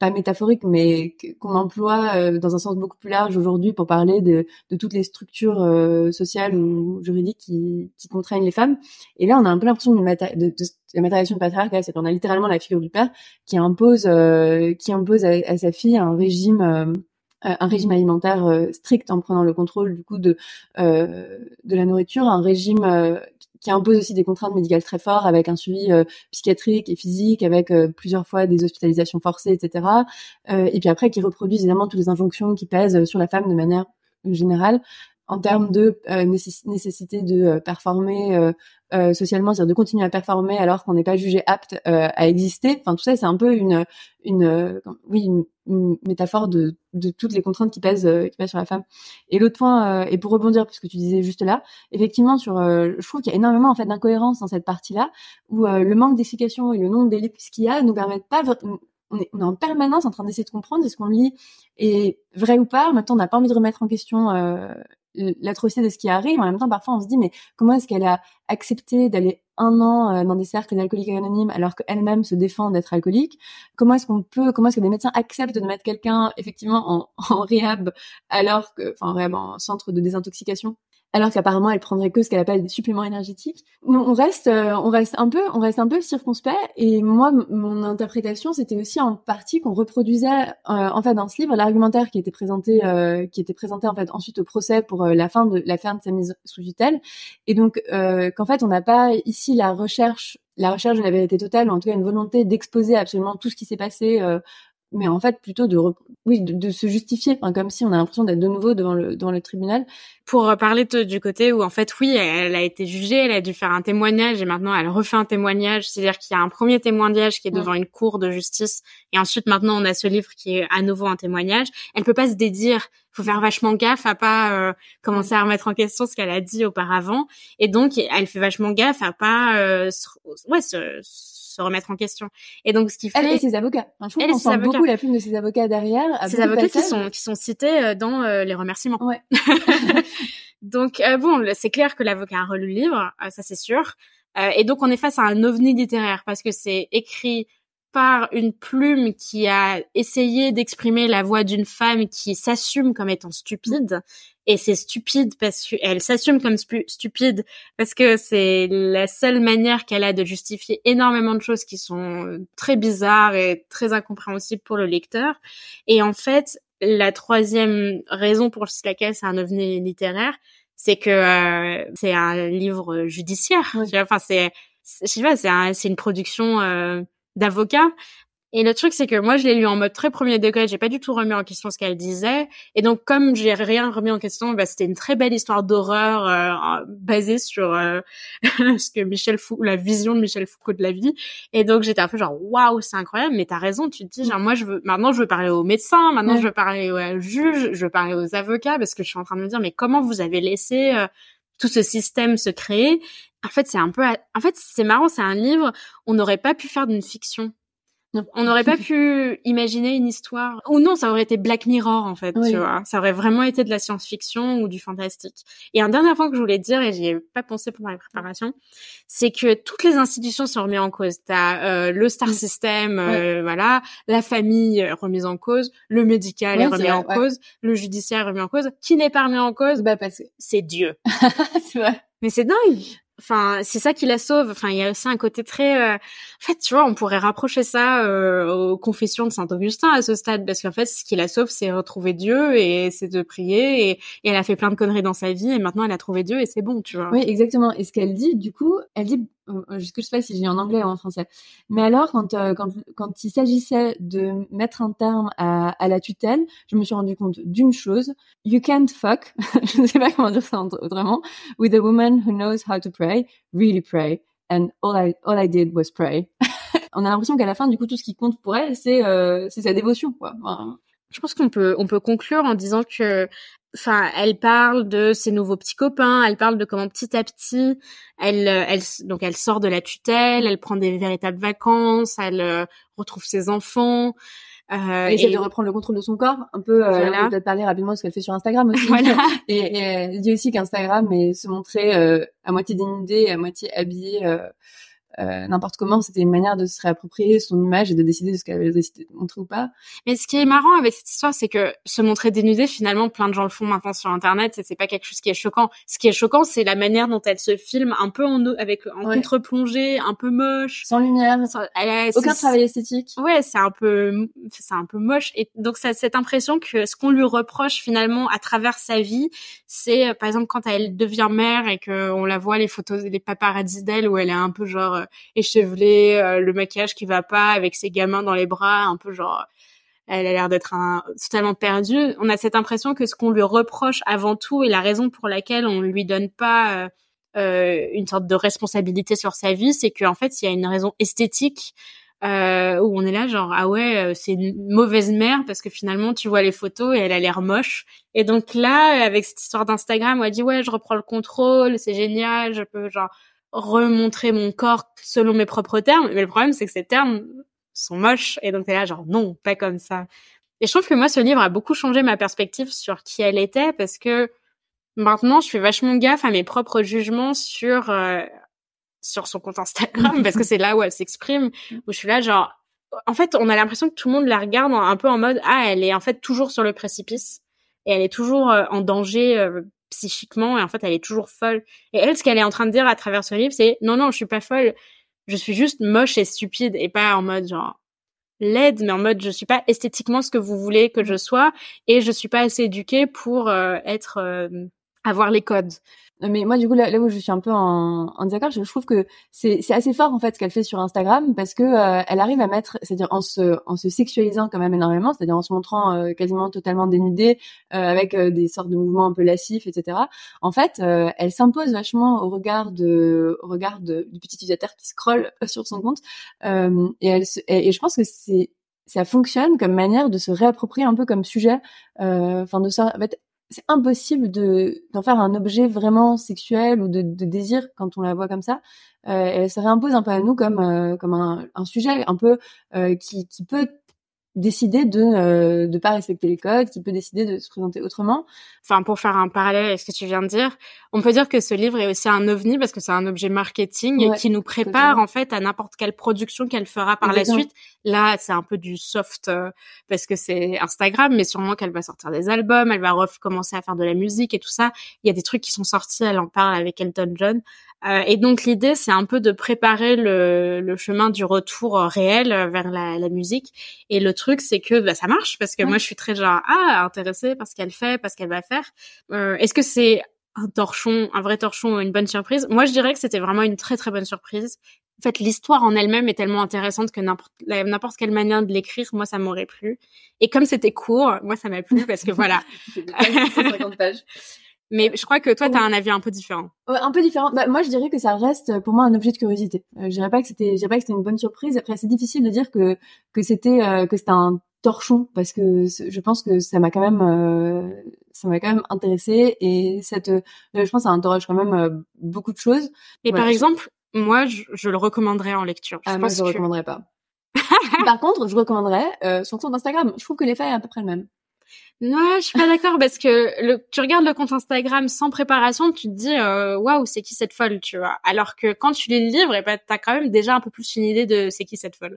pas métaphorique, mais qu'on emploie euh, dans un sens beaucoup plus large aujourd'hui pour parler de, de toutes les structures euh, sociales ou juridiques qui, qui contraignent les femmes. Et là, on a un peu l'impression de, maté- de, de, de la matérialisation patriarcale, c'est qu'on a littéralement la figure du père qui impose, euh, qui impose à, à sa fille un régime, euh, un régime alimentaire euh, strict en prenant le contrôle du coup de euh, de la nourriture, un régime euh, qui impose aussi des contraintes médicales très fortes avec un suivi euh, psychiatrique et physique, avec euh, plusieurs fois des hospitalisations forcées, et cetera. Euh, et puis après, qui reproduisent évidemment toutes les injonctions qui pèsent sur la femme de manière générale en termes de euh, nécess- nécessité de euh, performer euh, euh, socialement, c'est-à-dire de continuer à performer alors qu'on n'est pas jugé apte euh, à exister. Enfin, tout ça, c'est un peu une, une, euh, oui, une, une métaphore de, de toutes les contraintes qui pèsent, euh, qui pèsent sur la femme. Et l'autre point, euh, et pour rebondir, puisque tu disais juste là, effectivement, sur, euh, je trouve qu'il y a énormément en fait d'incohérence dans cette partie-là, où euh, le manque d'explication et le nombre d'ellipses qu'il y a nous permettent pas. On est, on est en permanence en train d'essayer de comprendre est-ce qu'on lit est vrai ou pas. Maintenant, on n'a pas envie de remettre en question euh, l'atrocité de ce qui arrive. En même temps, parfois, on se dit, mais comment est-ce qu'elle a accepté d'aller un an euh, dans des cercles d'alcooliques anonymes alors qu'elle-même se défend d'être alcoolique? Comment est-ce qu'on peut, comment est-ce que des médecins acceptent de mettre quelqu'un effectivement en, en rehab alors que, enfin, vraiment en centre de désintoxication, alors qu'apparemment elle prendrait que ce qu'elle appelle des suppléments énergétiques. On reste, euh, on reste un peu, on reste un peu circonspect. Et moi, m- mon interprétation, c'était aussi en partie qu'on reproduisait, euh, en fait, dans ce livre, l'argumentaire qui était présenté, euh, qui était présenté en fait ensuite au procès pour euh, la fin de la fin de sa mise sous tutelle. Et donc, euh, qu'en fait, on n'a pas ici la recherche, la recherche de la vérité totale, ou en tout cas une volonté d'exposer absolument tout ce qui s'est passé. Euh, mais en fait plutôt de rep- oui de, de se justifier, enfin, comme si on a l'impression d'être de nouveau devant le devant le tribunal. Pour parler de, du côté où en fait oui elle a été jugée, elle a dû faire un témoignage et maintenant elle refait un témoignage, c'est-à-dire qu'il y a un premier témoignage qui est devant mmh. une cour de justice et ensuite maintenant on a ce livre qui est à nouveau un témoignage. Elle peut pas se dédire, faut faire vachement gaffe à pas euh, commencer à remettre en question ce qu'elle a dit auparavant et donc elle fait vachement gaffe à pas euh, se, ouais se, se remettre en question. Et donc ce qui fait elle et ses avocats. Enfin, je trouve elle qu'on sent beaucoup la plume de ses avocats derrière. À ses avocats qui sont qui sont cités dans euh, les remerciements. Ouais. Donc euh, bon, c'est clair que l'avocat a relu le livre, euh, ça c'est sûr. Euh, et donc on est face à un ovni littéraire parce que c'est écrit par une plume qui a essayé d'exprimer la voix d'une femme qui s'assume comme étant stupide. Et c'est stupide parce qu'elle s'assume comme stu- stupide parce que c'est la seule manière qu'elle a de justifier énormément de choses qui sont très bizarres et très incompréhensibles pour le lecteur. Et en fait, la troisième raison pour laquelle c'est un ovni littéraire, c'est que euh, c'est un livre judiciaire. Oui. Tu vois, enfin c'est, c'est, je sais pas, c'est, un, c'est une production euh, d'avocat. Et le truc, c'est que moi, je l'ai lu en mode très premier degré. J'ai pas du tout remis en question ce qu'elle disait. Et donc, comme j'ai rien remis en question, bah, c'était une très belle histoire d'horreur euh, basée sur euh, ce que Michel Foucault, la vision de Michel Foucault de la vie. Et donc, j'étais un peu genre, waouh, c'est incroyable. Mais t'as raison, tu te dis, genre, moi, je veux, maintenant, je veux parler aux médecins, maintenant, ouais. je veux parler aux juges, je veux parler aux avocats, parce que je suis en train de me dire, mais comment vous avez laissé euh, tout ce système se créer? En fait, c'est un peu, en fait, c'est marrant, c'est un livre, on n'aurait pas pu faire d'une fiction. Non. On n'aurait pas pu imaginer une histoire, ou non, ça aurait été Black Mirror en fait, oui. tu vois. Ça aurait vraiment été de la science-fiction ou du fantastique. Et un dernier point que je voulais dire, et j'y ai pas pensé pendant la préparation, c'est que toutes les institutions sont remises en cause. T'as euh, le star oui. system, euh, ouais. voilà, la famille remise en cause, le médical ouais, est remis en ouais. cause, le judiciaire est remis en cause. Qui n'est pas remis en cause? Bah parce que c'est Dieu. C'est vrai. Mais c'est dingue. Enfin, c'est ça qui la sauve. Enfin, il y a aussi un côté très... Euh... En fait, tu vois, on pourrait rapprocher ça euh, aux confessions de Saint-Augustin à ce stade, parce qu'en fait, ce qui la sauve, c'est retrouver Dieu et c'est de prier. Et, et elle a fait plein de conneries dans sa vie et maintenant, elle a trouvé Dieu et c'est bon, tu vois. Oui, exactement. Et ce qu'elle dit, du coup, elle dit... Je sais pas si j'ai en anglais ou en français. Mais alors, quand euh, quand quand il s'agissait de mettre un terme à, à la tutelle, je me suis rendu compte d'une chose: you can't fuck. Je ne sais pas comment dire ça autrement. With a woman who knows how to pray, really pray, and all I all I did was pray. On a l'impression qu'à la fin, du coup, tout ce qui compte pour elle, c'est euh, c'est sa dévotion, quoi. Enfin, je pense qu'on peut on peut conclure en disant que enfin elle parle de ses nouveaux petits copains, elle parle de comment petit à petit elle elle donc elle sort de la tutelle, elle prend des véritables vacances, elle euh, retrouve ses enfants. Euh, elle essaie et... de reprendre le contrôle de son corps, un peu. Euh, voilà. On peut peut-être parler rapidement de ce qu'elle fait sur Instagram aussi. Voilà. et, et elle dit aussi qu'Instagram est se montrer euh, à moitié dénudée, à moitié habillée. Euh, euh, n'importe comment. C'était une manière de se réapproprier son image et de décider de ce qu'elle avait décidé de montrer ou pas. Mais ce qui est marrant avec cette histoire, c'est que se montrer dénudée, finalement, plein de gens le font maintenant sur Internet, et c'est pas quelque chose qui est choquant. Ce qui est choquant, c'est la manière dont elle se filme, un peu en, avec, en ouais. contre-plongée, un peu moche. Sans lumière. Sans, elle a, aucun travail esthétique. Ouais, c'est un peu, c'est un peu moche. Et donc, ça, cette impression que ce qu'on lui reproche, finalement, à travers sa vie, c'est, par exemple, quand elle devient mère et qu'on la voit, les photos, les paparazzis d'elle, où elle est un peu genre euh, échevelée, euh, le maquillage qui va pas, avec ses gamins dans les bras, un peu genre, elle a l'air d'être un, totalement perdue. On a cette impression que ce qu'on lui reproche avant tout, et la raison pour laquelle on lui donne pas euh, euh, une sorte de responsabilité sur sa vie, c'est qu'en fait, il y a une raison esthétique euh, où on est là genre ah ouais, c'est une mauvaise mère parce que finalement tu vois les photos et elle a l'air moche. Et donc là, avec cette histoire d'Instagram, où elle dit ouais, je reprends le contrôle, c'est génial, je peux genre remontrer mon corps selon mes propres termes. Mais le problème, c'est que ces termes sont moches, et donc t'es là genre non, pas comme ça. Et je trouve que moi, ce livre a beaucoup changé ma perspective sur qui elle était, parce que maintenant, je fais vachement gaffe à mes propres jugements sur euh, sur son compte Instagram, parce que c'est là où elle s'exprime, où je suis là genre, en fait, on a l'impression que tout le monde la regarde un peu en mode ah, elle est en fait toujours sur le précipice, et elle est toujours euh, en danger euh, psychiquement, et en fait, elle est toujours folle. Et elle, ce qu'elle est en train de dire à travers ce livre, c'est non, non, je suis pas folle, je suis juste moche et stupide, et pas en mode genre laide, mais en mode je suis pas esthétiquement ce que vous voulez que je sois, et je suis pas assez éduquée pour euh, être euh, avoir les codes. Mais moi, du coup, là, là où je suis un peu en, en désaccord, je trouve que c'est, c'est assez fort en fait ce qu'elle fait sur Instagram, parce que euh, elle arrive à mettre, c'est-à-dire en se, en se sexualisant quand même énormément, c'est-à-dire en se montrant euh, quasiment totalement dénudée, euh, avec euh, des sortes de mouvements un peu lascifs, et cetera. En fait, euh, elle s'impose vachement au regard de, au regard de, du petit utilisateur qui scrolle sur son compte, euh, et elle, se, et, et je pense que c'est, ça fonctionne comme manière de se réapproprier un peu comme sujet, enfin euh, de ça. En fait, c'est impossible de d'en faire un objet vraiment sexuel ou de, de désir quand on la voit comme ça. Euh, elle se réimpose un peu à nous comme euh, comme un, un sujet un peu euh, qui qui peut décider de euh, de pas respecter les codes, qui peut décider de se présenter autrement. Enfin, pour faire un parallèle avec ce que tu viens de dire, on peut dire que ce livre est aussi un ovni, parce que c'est un objet marketing ouais, qui nous prépare en fait à n'importe quelle production qu'elle fera par Exactement. La suite. Là, c'est un peu du soft euh, parce que c'est Instagram, mais sûrement qu'elle va sortir des albums, elle va recommencer à faire de la musique et tout ça. Il y a des trucs qui sont sortis, elle en parle avec Elton John. Euh, et donc l'idée, c'est un peu de préparer le, le chemin du retour réel vers la, la musique. Et le truc, c'est que bah, ça marche, parce que ouais. moi, je suis très genre ah intéressée par ce qu'elle fait, par ce qu'elle va faire. Euh, est-ce que c'est un torchon, un vrai torchon, une bonne surprise? Moi, je dirais que c'était vraiment une très très bonne surprise. En fait, l'histoire en elle-même est tellement intéressante que n'importe, n'importe quelle manière de l'écrire, moi, ça m'aurait plu. Et comme c'était court, moi, ça m'a plu parce que voilà. cent cinquante pages. Mais je crois que toi, t'as un avis un peu différent. Ouais, un peu différent. Bah, moi, je dirais que ça reste pour moi un objet de curiosité. Euh, je dirais pas que c'était, je dirais pas que c'était une bonne surprise. Après, c'est difficile de dire que que c'était euh, que c'était un torchon, parce que je pense que ça m'a quand même euh, ça m'a quand même intéressée, et cette euh, je pense que ça interroge quand même euh, beaucoup de choses. Et voilà, par je... exemple, moi, je, je le recommanderais en lecture. Je ah, pense moi, je que... le recommanderais pas. Par contre, je recommanderais euh, son compte Instagram. Je trouve que l'effet est à peu près le même. Non, je suis pas d'accord, parce que le, tu regardes le compte Instagram sans préparation, tu te dis euh, waouh, c'est qui cette folle, tu vois. Alors que quand tu lis le livre, et ben t'as quand même déjà un peu plus une idée de c'est qui cette folle.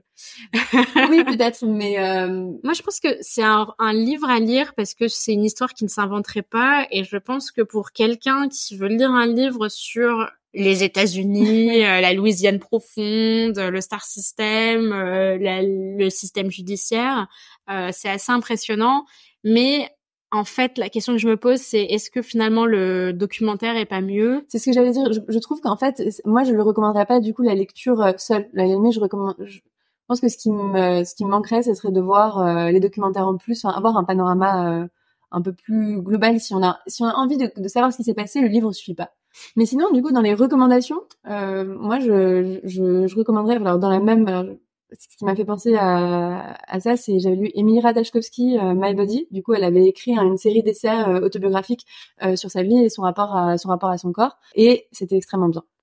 Oui, peut-être, mais euh... moi je pense que c'est un, un livre à lire parce que c'est une histoire qui ne s'inventerait pas, et je pense que pour quelqu'un qui veut lire un livre sur les États-Unis, euh, la Louisiane profonde, le Star System, euh, la, le système judiciaire, euh, c'est assez impressionnant. Mais en fait, la question que je me pose, c'est est-ce que finalement le documentaire est pas mieux? C'est ce que j'allais dire. Je, je trouve qu'en fait, moi, je le recommanderais pas du coup la lecture seule. La limite, je recommande. Je pense que ce qui me, ce qui me manquerait, ce serait de voir euh, les documentaires en plus, enfin, avoir un panorama euh, un peu plus global. Si on a, si on a envie de, de savoir ce qui s'est passé, le livre suffit pas. Mais sinon, du coup, dans les recommandations, euh, moi, je, je, je recommanderais, alors dans la même. Alors, ce qui m'a fait penser à, à ça, c'est j'avais lu Emily Ratajkowski, euh, My Body. Du coup, elle avait écrit une série d'essais euh, autobiographiques euh, sur sa vie et son rapport à son rapport à son corps, et c'était extrêmement bien.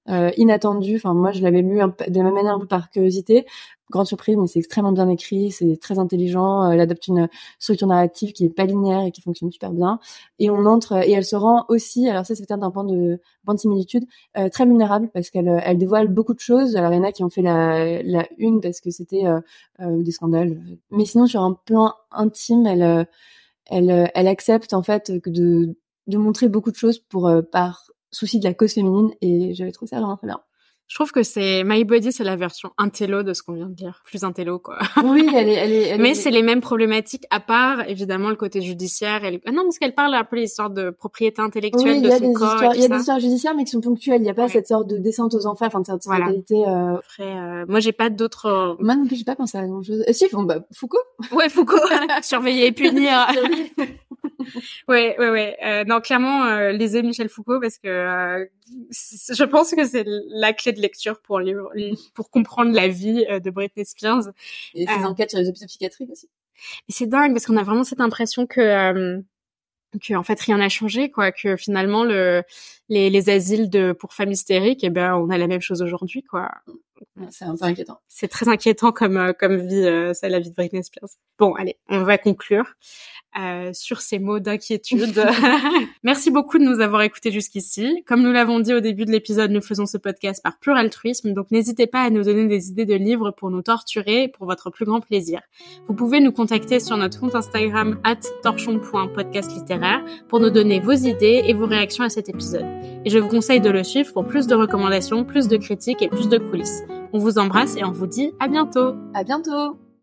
euh, inattendu. Enfin, moi, je l'avais lu un peu, de la même manière un peu par curiosité. Grande surprise, mais c'est extrêmement bien écrit, c'est très intelligent. Euh, elle adopte une structure narrative qui est pas linéaire et qui fonctionne super bien. Et on entre et elle se rend aussi, alors ça c'est peut-être un point de point de similitude, euh, très vulnérable parce qu'elle elle dévoile beaucoup de choses. Alors il y en a qui ont fait la la une parce que c'était euh, euh, des scandales, mais sinon sur un plan intime, elle elle elle accepte en fait que de de montrer beaucoup de choses pour euh, par souci de la cause féminine et j'avais trouvé ça vraiment très bien. Je trouve que c'est My Body, c'est la version intello de ce qu'on vient de dire, plus intello quoi. Oui, elle est, elle est, elle mais est... c'est les mêmes problématiques à part évidemment le côté judiciaire. Elle... Ah non, parce qu'elle parle un peu des histoires de propriété intellectuelle oui, de il y a son des corps. histoires, et il y a ça. des histoires judiciaires, mais qui sont ponctuelles. Il y a pas ouais. cette sorte de descente aux enfers, enfin de cette voilà. fatalité. Euh... Après, euh, moi j'ai pas d'autres. Euh... Moi non plus, j'ai pas pensé à grand chose. Euh, si, bon, bah Foucault. Ouais, Foucault, surveiller et punir. ouais, ouais, ouais. Euh, non, clairement, euh, lisez Michel Foucault parce que euh, je pense que c'est la clé de lecture pour lire, pour comprendre la vie euh, de Britney Spears. Et ses euh, enquêtes sur les hôpitaux psychiatriques aussi. Et c'est dingue parce qu'on a vraiment cette impression que euh, que en fait rien n'a changé, quoi. Que finalement le les, les asiles de pour femmes hystériques, eh ben on a la même chose aujourd'hui, quoi. C'est un peu inquiétant. C'est très inquiétant comme comme vie, euh, c'est la vie de Britney Spears. Bon, allez, on va conclure. Euh, sur ces mots d'inquiétude. Merci beaucoup de nous avoir écoutés jusqu'ici. Comme nous l'avons dit au début de l'épisode, nous faisons ce podcast par pur altruisme, donc n'hésitez pas à nous donner des idées de livres pour nous torturer pour votre plus grand plaisir. Vous pouvez nous contacter sur notre compte Instagram arobase torchon point podcast littéraire pour nous donner vos idées et vos réactions à cet épisode. Et je vous conseille de le suivre pour plus de recommandations, plus de critiques et plus de coulisses. On vous embrasse et on vous dit à bientôt. À bientôt.